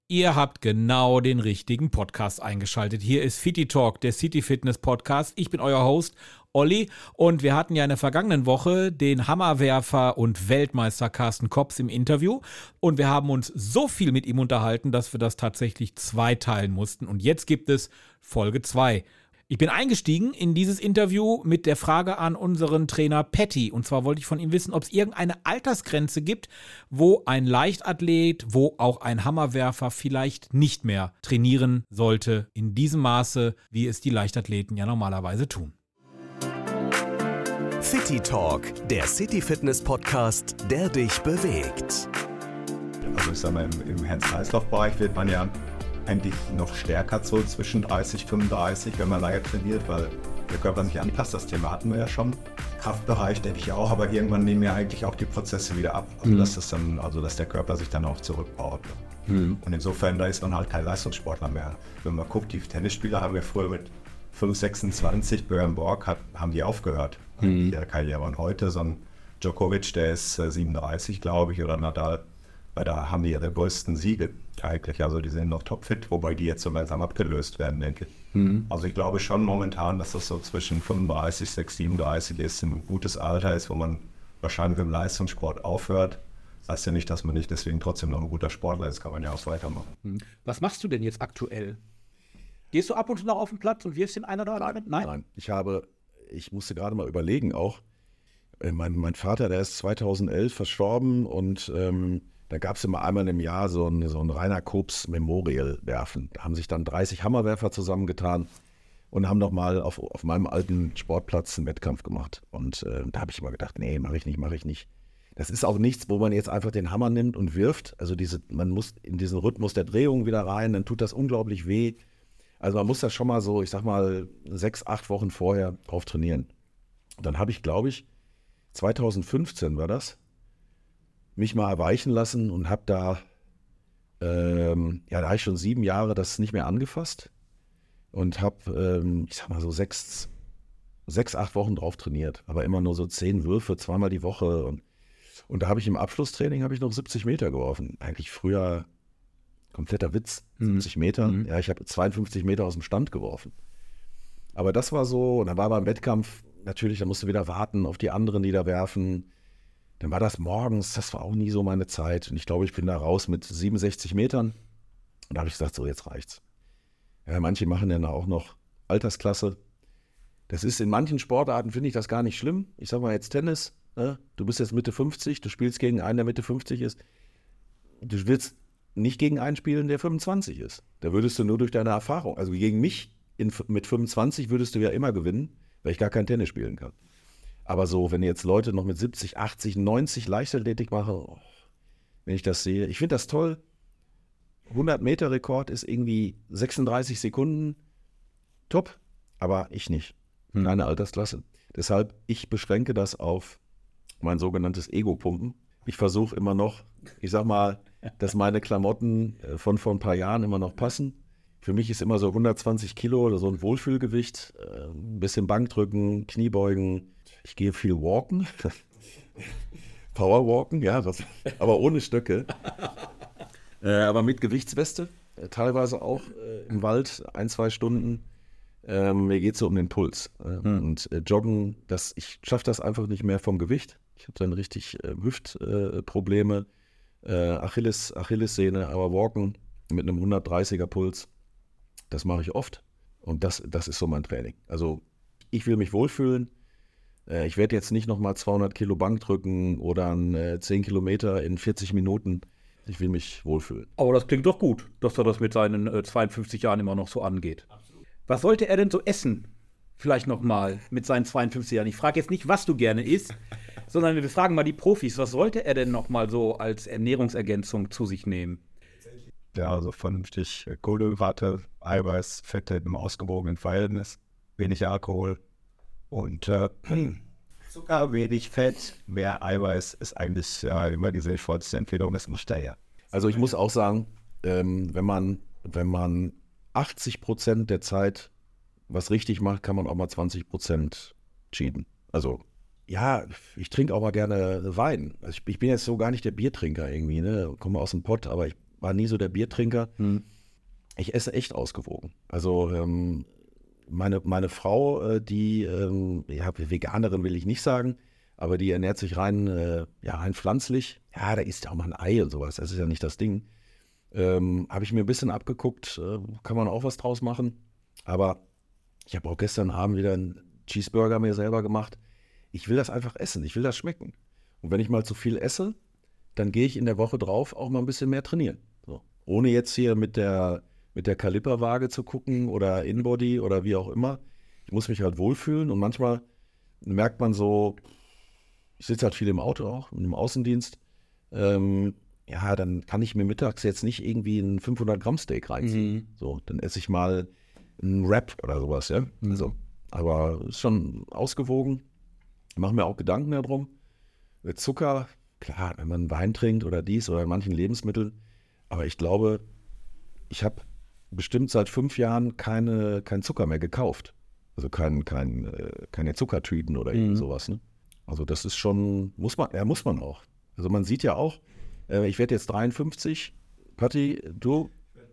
Ihr habt genau den richtigen Podcast eingeschaltet. Hier ist Fiti Talk, der City Fitness Podcast. Ich bin euer Host Olli und wir hatten ja in der vergangenen Woche den Hammerwerfer und Weltmeister Carsten Kops im Interview und wir haben uns so viel mit ihm unterhalten, dass wir das tatsächlich zweiteilen mussten und jetzt gibt es Folge 2. Ich bin eingestiegen in dieses Interview mit der Frage an unseren Trainer Patty. Und zwar wollte ich von ihm wissen, ob es irgendeine Altersgrenze gibt, wo ein Leichtathlet, wo auch ein Hammerwerfer vielleicht nicht mehr trainieren sollte in diesem Maße, wie es die Leichtathleten ja normalerweise tun. Fiti Talk, der City Fitness Podcast, der dich bewegt. Also ich sag mal, im Herz-Kreislauf-Bereich wird man ja eigentlich noch stärker so zwischen 30, 35, wenn man lange trainiert, weil der Körper sich anpasst. Das Thema hatten wir ja schon. Kraftbereich denke ich auch, aber irgendwann nehmen ja eigentlich auch die Prozesse wieder ab. Also dass der Körper sich dann auch zurückbaut. Und insofern, da ist man halt kein Leistungssportler mehr. Wenn man guckt, die Tennisspieler haben wir früher mit 5, 26, Björn Borg haben die aufgehört. Der Karriere. Und heute so ein Djokovic, der ist 37, glaube ich, oder Nadal, weil da haben die ihre größten Siege eigentlich. Also die sind noch topfit, wobei die jetzt so langsam abgelöst werden, denke ich. Also ich glaube schon momentan, dass das so zwischen 35, 6, 37 ist, ein gutes Alter ist, wo man wahrscheinlich im Leistungssport aufhört. Das heißt ja nicht, dass man nicht deswegen trotzdem noch ein guter Sportler ist, kann man ja auch weitermachen. Was machst du denn jetzt aktuell? Gehst du ab und zu noch auf den Platz und wirfst den einen oder anderen? Nein. Ich musste gerade mal überlegen auch, mein Vater, der ist 2011 verstorben und da gab es immer einmal im Jahr so ein Rainer Kops Memorial werfen. Da haben sich dann 30 Hammerwerfer zusammengetan und haben nochmal auf meinem alten Sportplatz einen Wettkampf gemacht. Und da habe ich immer gedacht, nee, mache ich nicht. Das ist auch nichts, wo man jetzt einfach den Hammer nimmt und wirft. Also man muss in diesen Rhythmus der Drehung wieder rein, dann tut das unglaublich weh. Also man muss das schon mal so, ich sag mal, 6, 8 Wochen vorher drauf trainieren. Dann habe ich, glaube ich, 2015 war das, mich mal erweichen lassen und habe da habe ich schon 7 Jahre das nicht mehr angefasst und habe, ich sag mal so 6, 8 Wochen drauf trainiert, aber immer nur so 10 Würfe, zweimal die Woche und da habe ich im Abschlusstraining noch 70 Meter geworfen. Eigentlich früher kompletter Witz, 70 Meter. Ja, ich habe 52 Meter aus dem Stand geworfen. Aber das war so, und dann war beim Wettkampf natürlich, da musst du wieder warten auf die anderen, die da werfen. Dann war das morgens, das war auch nie so meine Zeit. Und ich glaube, ich bin da raus mit 67 Metern. Und da habe ich gesagt, so, jetzt reicht's. Ja, manche machen dann auch noch Altersklasse. Das ist in manchen Sportarten, finde ich das gar nicht schlimm. Ich sage mal jetzt Tennis, ne? Du bist jetzt Mitte 50, du spielst gegen einen, der Mitte 50 ist. Du willst nicht gegen einen spielen, der 25 ist. Da würdest du nur durch deine Erfahrung, also gegen mich mit 25 würdest du ja immer gewinnen, weil ich gar kein Tennis spielen kann. Aber so, wenn jetzt Leute noch mit 70, 80, 90 Leichtathletik machen, wenn ich das sehe, ich finde das toll. 100-Meter-Rekord ist irgendwie 36 Sekunden, top, aber ich nicht. Keine Altersklasse. Deshalb, ich beschränke das auf mein sogenanntes Ego-Pumpen. Ich versuche immer noch, ich sag mal, dass meine Klamotten von vor ein paar Jahren immer noch passen. Für mich ist immer so 120 Kilo oder so ein Wohlfühlgewicht, ein bisschen Bankdrücken, Kniebeugen. Ich gehe viel walken, Powerwalken, ja, aber ohne Stöcke, aber mit Gewichtsweste, teilweise auch im Wald 1, 2 Stunden. Mir geht es so um den Puls und Joggen, ich schaffe das einfach nicht mehr vom Gewicht. Ich habe dann richtig Hüftprobleme, Achillessehne, aber Walken mit einem 130er Puls, das mache ich oft und das ist so mein Training. Also ich will mich wohlfühlen. Ich werde jetzt nicht nochmal 200 Kilo Bank drücken oder 10 Kilometer in 40 Minuten. Ich will mich wohlfühlen. Aber das klingt doch gut, dass er das mit seinen 52 Jahren immer noch so angeht. Absolut. Was sollte er denn so essen? Vielleicht nochmal mit seinen 52 Jahren. Ich frage jetzt nicht, was du gerne isst, sondern wir fragen mal die Profis. Was sollte er denn nochmal so als Ernährungsergänzung zu sich nehmen? Ja, also vernünftig Kohlenhydrate, Eiweiß, Fette im ausgewogenen Verhältnis, wenig Alkohol. Und Zucker, wenig Fett, mehr Eiweiß ist eigentlich immer die sinnvollste Empfehlung, das muss daher. Also ich muss auch sagen, wenn man 80% der Zeit was richtig macht, kann man auch mal 20% cheaten. Also ja, ich trinke auch mal gerne Wein. Also ich bin jetzt so gar nicht der Biertrinker irgendwie, ne? Komme aus dem Pott, aber war nie so der Biertrinker. Ich esse echt ausgewogen. Also meine Frau, die, Veganerin will ich nicht sagen, aber die ernährt sich rein pflanzlich. Ja, da isst ja auch mal ein Ei und sowas, das ist ja nicht das Ding. Habe ich mir ein bisschen abgeguckt, kann man auch was draus machen. Aber ich habe auch gestern Abend wieder einen Cheeseburger mir selber gemacht. Ich will das einfach essen, ich will das schmecken. Und wenn ich mal zu viel esse, dann gehe ich in der Woche drauf auch mal ein bisschen mehr trainieren. So. Ohne jetzt hier mit der Kaliperwaage zu gucken oder Inbody oder wie auch immer. Ich muss mich halt wohlfühlen und manchmal merkt man so, ich sitze halt viel im Auto auch, im Außendienst, dann kann ich mir mittags jetzt nicht irgendwie ein 500-Gramm-Steak reinziehen. So, dann esse ich mal einen Wrap oder sowas, ja. Also, aber ist schon ausgewogen. Ich mache mir auch Gedanken darum. Mit Zucker, klar, wenn man Wein trinkt oder dies oder in manchen Lebensmitteln, aber ich glaube, ich habe bestimmt seit 5 Jahren kein Zucker mehr gekauft. Also keine Zuckertüten oder irgendwie sowas, ne? Also das ist schon, muss man auch. Also man sieht ja auch, ich werde jetzt 53, Patti, du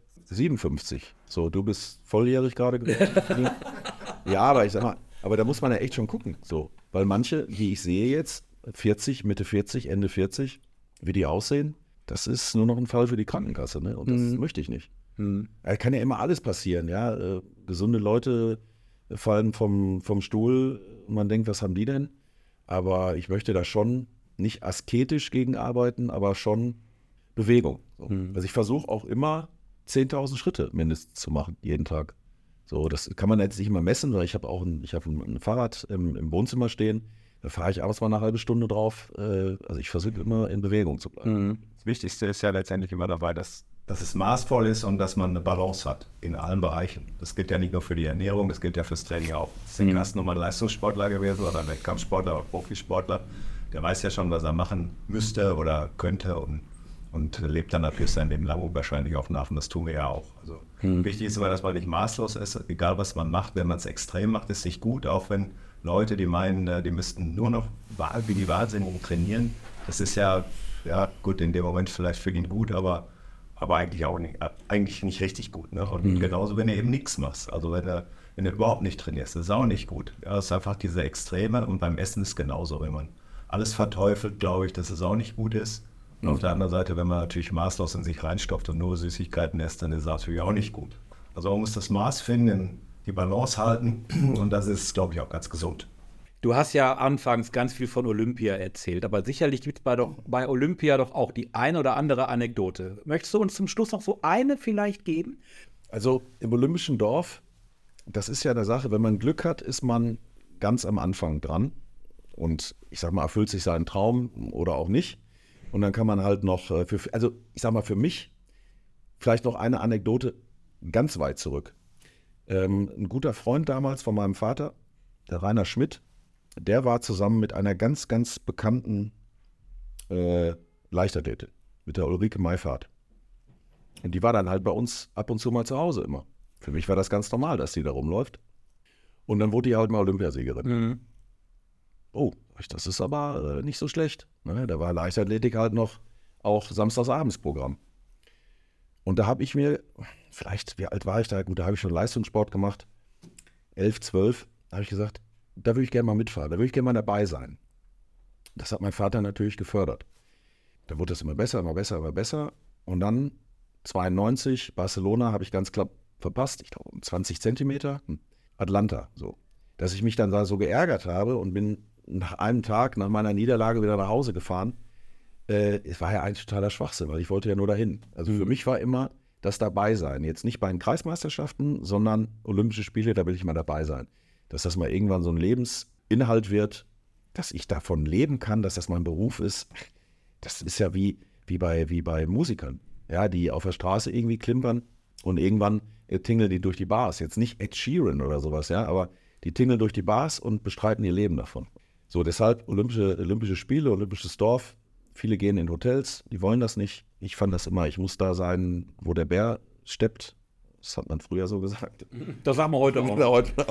57. So, du bist volljährig gerade geworden. Ja, aber ich sag mal, da muss man ja echt schon gucken. So, weil manche, die ich sehe jetzt, 40, Mitte 40, Ende 40, wie die aussehen, das ist nur noch ein Fall für die Krankenkasse, ne? Und das möchte ich nicht. Kann ja immer alles passieren, ja. Gesunde Leute fallen vom Stuhl und man denkt, was haben die denn? Aber ich möchte da schon nicht asketisch gegenarbeiten, aber schon Bewegung. So. Also ich versuche auch immer 10.000 Schritte mindestens zu machen, jeden Tag. So, das kann man jetzt nicht immer messen, weil ich habe ein Fahrrad im Wohnzimmer stehen, da fahre ich abends mal eine halbe Stunde drauf. Also ich versuche immer in Bewegung zu bleiben. Das Wichtigste ist ja letztendlich immer dabei, dass es maßvoll ist und dass man eine Balance hat in allen Bereichen. Das gilt ja nicht nur für die Ernährung, das gilt ja fürs Training auch. Das ist erst nochmal ein Leistungssportler gewesen oder ein Wettkampfsportler oder Profisportler. Der weiß ja schon, was er machen müsste oder könnte und lebt dann natürlich sein Leben lang wahrscheinlich auch nach. Und das tun wir ja auch. Also wichtig ist immer, dass man nicht maßlos ist, egal was man macht. Wenn man es extrem macht, ist es nicht gut, auch wenn Leute, die meinen, die müssten nur noch wie die Wahnsinnigen trainieren. Das ist ja gut, in dem Moment vielleicht für ihn gut, aber eigentlich auch nicht, eigentlich nicht richtig gut. Ne? Und genauso, wenn du eben nichts machst. Also wenn du überhaupt nicht trainierst, das ist auch nicht gut. Ja, das ist einfach diese Extreme und beim Essen ist genauso. Wenn man alles verteufelt, glaube ich, dass es auch nicht gut ist. Und auf der anderen Seite, wenn man natürlich maßlos in sich reinstopft und nur Süßigkeiten isst, dann ist es natürlich auch nicht gut. Also man muss das Maß finden, die Balance halten und das ist, glaube ich, auch ganz gesund. Du hast ja anfangs ganz viel von Olympia erzählt, aber sicherlich gibt es bei Olympia doch auch die eine oder andere Anekdote. Möchtest du uns zum Schluss noch so eine vielleicht geben? Also im Olympischen Dorf, das ist ja eine Sache, wenn man Glück hat, ist man ganz am Anfang dran und ich sag mal, erfüllt sich seinen Traum oder auch nicht. Und dann kann man halt noch, für mich vielleicht noch eine Anekdote ganz weit zurück. Ein guter Freund damals von meinem Vater, der Rainer Schmidt, der war zusammen mit einer ganz, ganz bekannten Leichtathletin, mit der Ulrike Meifert. Und die war dann halt bei uns ab und zu mal zu Hause immer. Für mich war das ganz normal, dass die da rumläuft. Und dann wurde die halt mal Olympiasiegerin. Oh, das ist aber nicht so schlecht. Ne? Da war Leichtathletik halt noch auch Samstagsabendsprogramm. Und da habe ich mir, vielleicht, wie alt war ich da? Gut, da habe ich schon Leistungssport gemacht. 11, 12, da habe ich gesagt, da würde ich gerne mal mitfahren, da würde ich gerne mal dabei sein. Das hat mein Vater natürlich gefördert. Da wurde das immer besser, immer besser, immer besser. Und dann 92, Barcelona, habe ich ganz knapp verpasst, ich glaube um 20 Zentimeter, Atlanta, so. Dass ich mich dann da so geärgert habe und bin nach einem Tag, nach meiner Niederlage wieder nach Hause gefahren. Es war ja eigentlich totaler Schwachsinn, weil ich wollte ja nur dahin. Also für mich war immer das Dabeisein. Jetzt nicht bei den Kreismeisterschaften, sondern Olympische Spiele, da will ich mal dabei sein. Dass das mal irgendwann so ein Lebensinhalt wird, dass ich davon leben kann, dass das mein Beruf ist. Das ist ja wie bei Musikern, ja, die auf der Straße irgendwie klimpern und irgendwann tingeln die durch die Bars. Jetzt nicht Ed Sheeran oder sowas, ja, aber die tingeln durch die Bars und bestreiten ihr Leben davon. So, deshalb Olympische Spiele, Olympisches Dorf. Viele gehen in Hotels, die wollen das nicht. Ich fand das immer, ich muss da sein, wo der Bär steppt. Das hat man früher so gesagt. Das sagen wir heute auch. Heute auch.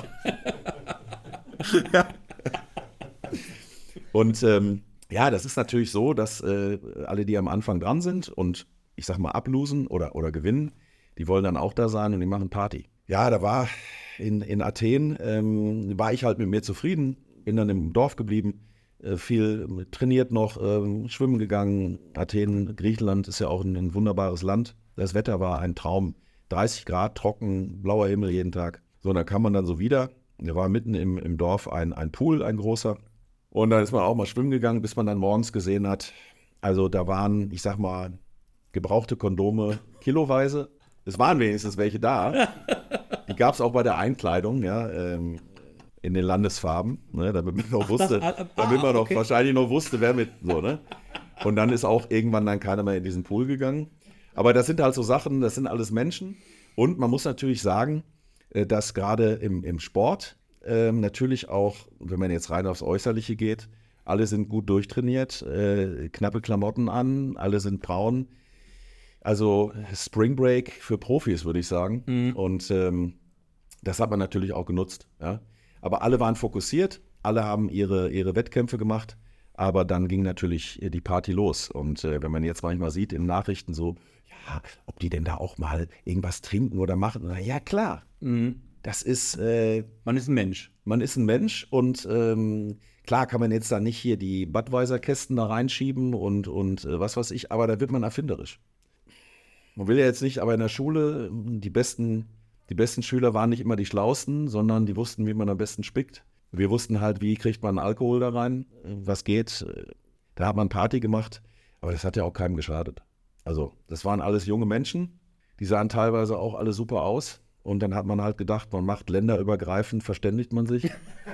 Und das ist natürlich so, dass alle, die am Anfang dran sind und ich sag mal, ablosen oder gewinnen, die wollen dann auch da sein und die machen Party. Ja, da war in Athen, war ich halt mit mir zufrieden, bin dann im Dorf geblieben, viel trainiert noch, schwimmen gegangen. Athen, Griechenland ist ja auch ein wunderbares Land. Das Wetter war ein Traum. 30 Grad, trocken, blauer Himmel jeden Tag. So, und dann kam man dann so wieder. Da war mitten im Dorf ein Pool, ein großer. Und dann ist man auch mal schwimmen gegangen, bis man dann morgens gesehen hat. Also da waren, ich sag mal, gebrauchte Kondome kiloweise. Es waren wenigstens welche da. Die gab es auch bei der Einkleidung, ja, in den Landesfarben, ne, damit man noch wusste, wahrscheinlich noch wusste, wer mit, so, ne. Und dann ist auch irgendwann dann keiner mehr in diesen Pool gegangen. Aber das sind halt so Sachen, das sind alles Menschen. Und man muss natürlich sagen, dass gerade im Sport natürlich auch, wenn man jetzt rein aufs Äußerliche geht, alle sind gut durchtrainiert, knappe Klamotten an, alle sind braun. Also Spring Break für Profis, würde ich sagen. Mhm. Und das hat man natürlich auch genutzt. Ja? Aber alle waren fokussiert, alle haben ihre Wettkämpfe gemacht. Aber dann ging natürlich die Party los. Und wenn man jetzt manchmal sieht in Nachrichten so, ja, ob die denn da auch mal irgendwas trinken oder machen. Ja, klar. Mhm. Das ist... man ist ein Mensch. Man ist ein Mensch und klar kann man jetzt da nicht hier die Budweiser-Kästen da reinschieben und was weiß ich, aber da wird man erfinderisch. Man will ja jetzt nicht, aber in der Schule, die besten Schüler waren nicht immer die Schlausten, sondern die wussten, wie man am besten spickt. Wir wussten halt, wie kriegt man Alkohol da rein, was geht. Da hat man Party gemacht, aber das hat ja auch keinem geschadet. Also das waren alles junge Menschen, die sahen teilweise auch alle super aus. Und dann hat man halt gedacht, man macht länderübergreifend, verständigt man sich.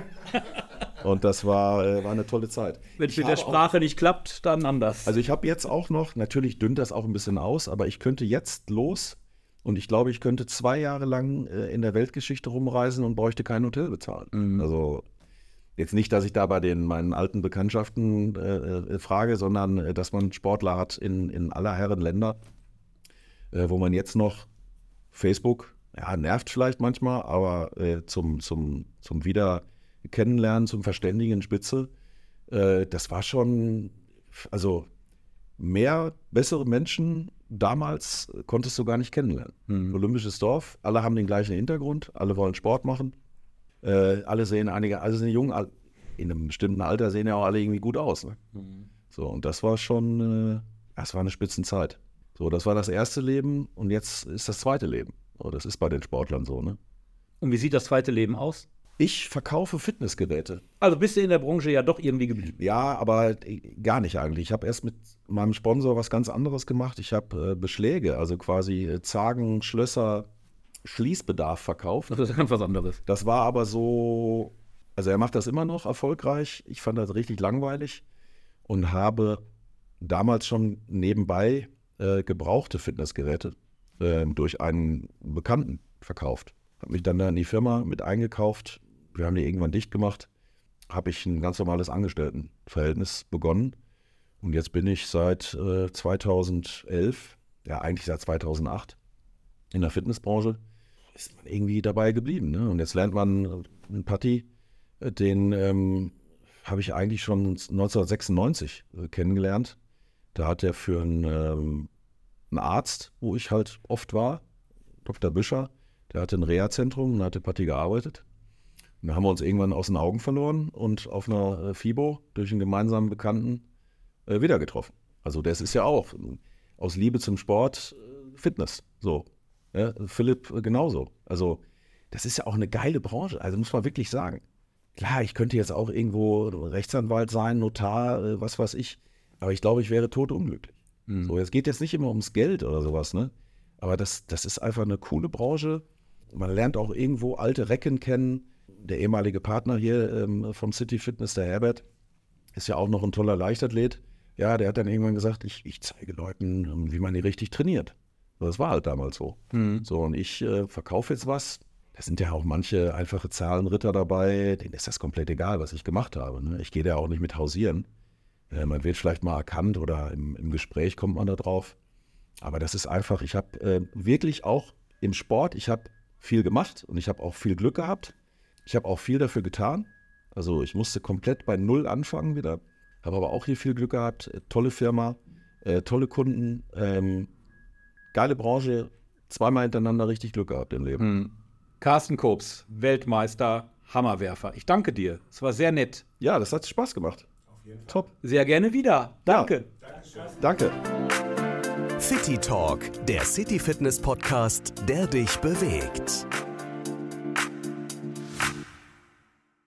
Und das war eine tolle Zeit. Wenn es mit der Sprache nicht klappt, dann anders. Also ich habe jetzt auch noch, natürlich dünnt das auch ein bisschen aus, aber ich könnte jetzt los und ich glaube, ich könnte 2 Jahre lang in der Weltgeschichte rumreisen und bräuchte kein Hotel bezahlen. Mhm. Also jetzt nicht, dass ich da bei meinen alten Bekanntschaften frage, sondern dass man Sportler hat in aller Herren Länder, wo man jetzt noch Facebook, ja, nervt vielleicht manchmal, aber zum wieder Kennenlernen, zum Verständigen Spitze, das war schon, also mehr bessere Menschen damals konntest du gar nicht kennenlernen. Mhm. Olympisches Dorf, alle haben den gleichen Hintergrund, alle wollen Sport machen, alle sind jung, in einem bestimmten Alter sehen ja auch alle irgendwie gut aus. Ne? Mhm. So, und das war schon, das war eine Spitzenzeit. So, das war das erste Leben und jetzt ist das zweite Leben. Oh, das ist bei den Sportlern so, ne? Und wie sieht das zweite Leben aus? Ich verkaufe Fitnessgeräte. Also bist du in der Branche ja doch irgendwie geblieben. Ja, aber gar nicht eigentlich. Ich habe erst mit meinem Sponsor was ganz anderes gemacht. Ich habe Beschläge, also quasi Zagen, Schlösser, Schließbedarf verkauft. Das ist ganz was anderes. Das war aber so, also er macht das immer noch erfolgreich. Ich fand das richtig langweilig und habe damals schon nebenbei gebrauchte Fitnessgeräte durch einen Bekannten verkauft. Habe mich dann da in die Firma mit eingekauft. Wir haben die irgendwann dicht gemacht. Habe ich ein ganz normales Angestelltenverhältnis begonnen. Und jetzt bin ich seit 2011, ja eigentlich seit 2008 in der Fitnessbranche. Ist man irgendwie dabei geblieben. Ne? Und jetzt lernt man einen Patti, den habe ich eigentlich schon 1996 kennengelernt. Da hat er für einen Arzt, wo ich halt oft war, Dr. Büscher, der hatte ein Reha-Zentrum und da hatte Patti gearbeitet. Und da haben wir uns irgendwann aus den Augen verloren und auf einer FIBO durch einen gemeinsamen Bekannten wieder getroffen. Also das ist ja auch aus Liebe zum Sport Fitness. So. Ja, Philipp genauso. Also das ist ja auch eine geile Branche, also muss man wirklich sagen. Klar, ich könnte jetzt auch irgendwo Rechtsanwalt sein, Notar, was weiß ich, aber ich glaube, ich wäre totunglücklich. Mhm. So, es geht jetzt nicht immer ums Geld oder sowas, ne? Aber das ist einfach eine coole Branche. Man lernt auch irgendwo alte Recken kennen. Der ehemalige Partner hier vom City Fitness, der Herbert, ist ja auch noch ein toller Leichtathlet. Ja, der hat dann irgendwann gesagt, ich zeige Leuten, wie man die richtig trainiert. So, das war halt damals so. Mhm. So, und ich verkaufe jetzt was. Da sind ja auch manche einfache Zahlenritter dabei, denen ist das komplett egal, was ich gemacht habe. Ne? Ich gehe da auch nicht mit hausieren. Man wird vielleicht mal erkannt oder im Gespräch kommt man da drauf. Aber das ist einfach, ich habe wirklich auch im Sport, ich habe viel gemacht und ich habe auch viel Glück gehabt. Ich habe auch viel dafür getan. Also ich musste komplett bei Null anfangen wieder. Habe aber auch hier viel Glück gehabt. Tolle Firma, tolle Kunden. geile Branche, zweimal hintereinander richtig Glück gehabt im Leben. Carsten Kobs, Weltmeister, Hammerwerfer. Ich danke dir. Es war sehr nett. Ja, das hat Spaß gemacht. Top. Sehr gerne wieder. Danke. Ja. Danke. City Talk, der City Fitness Podcast, der dich bewegt.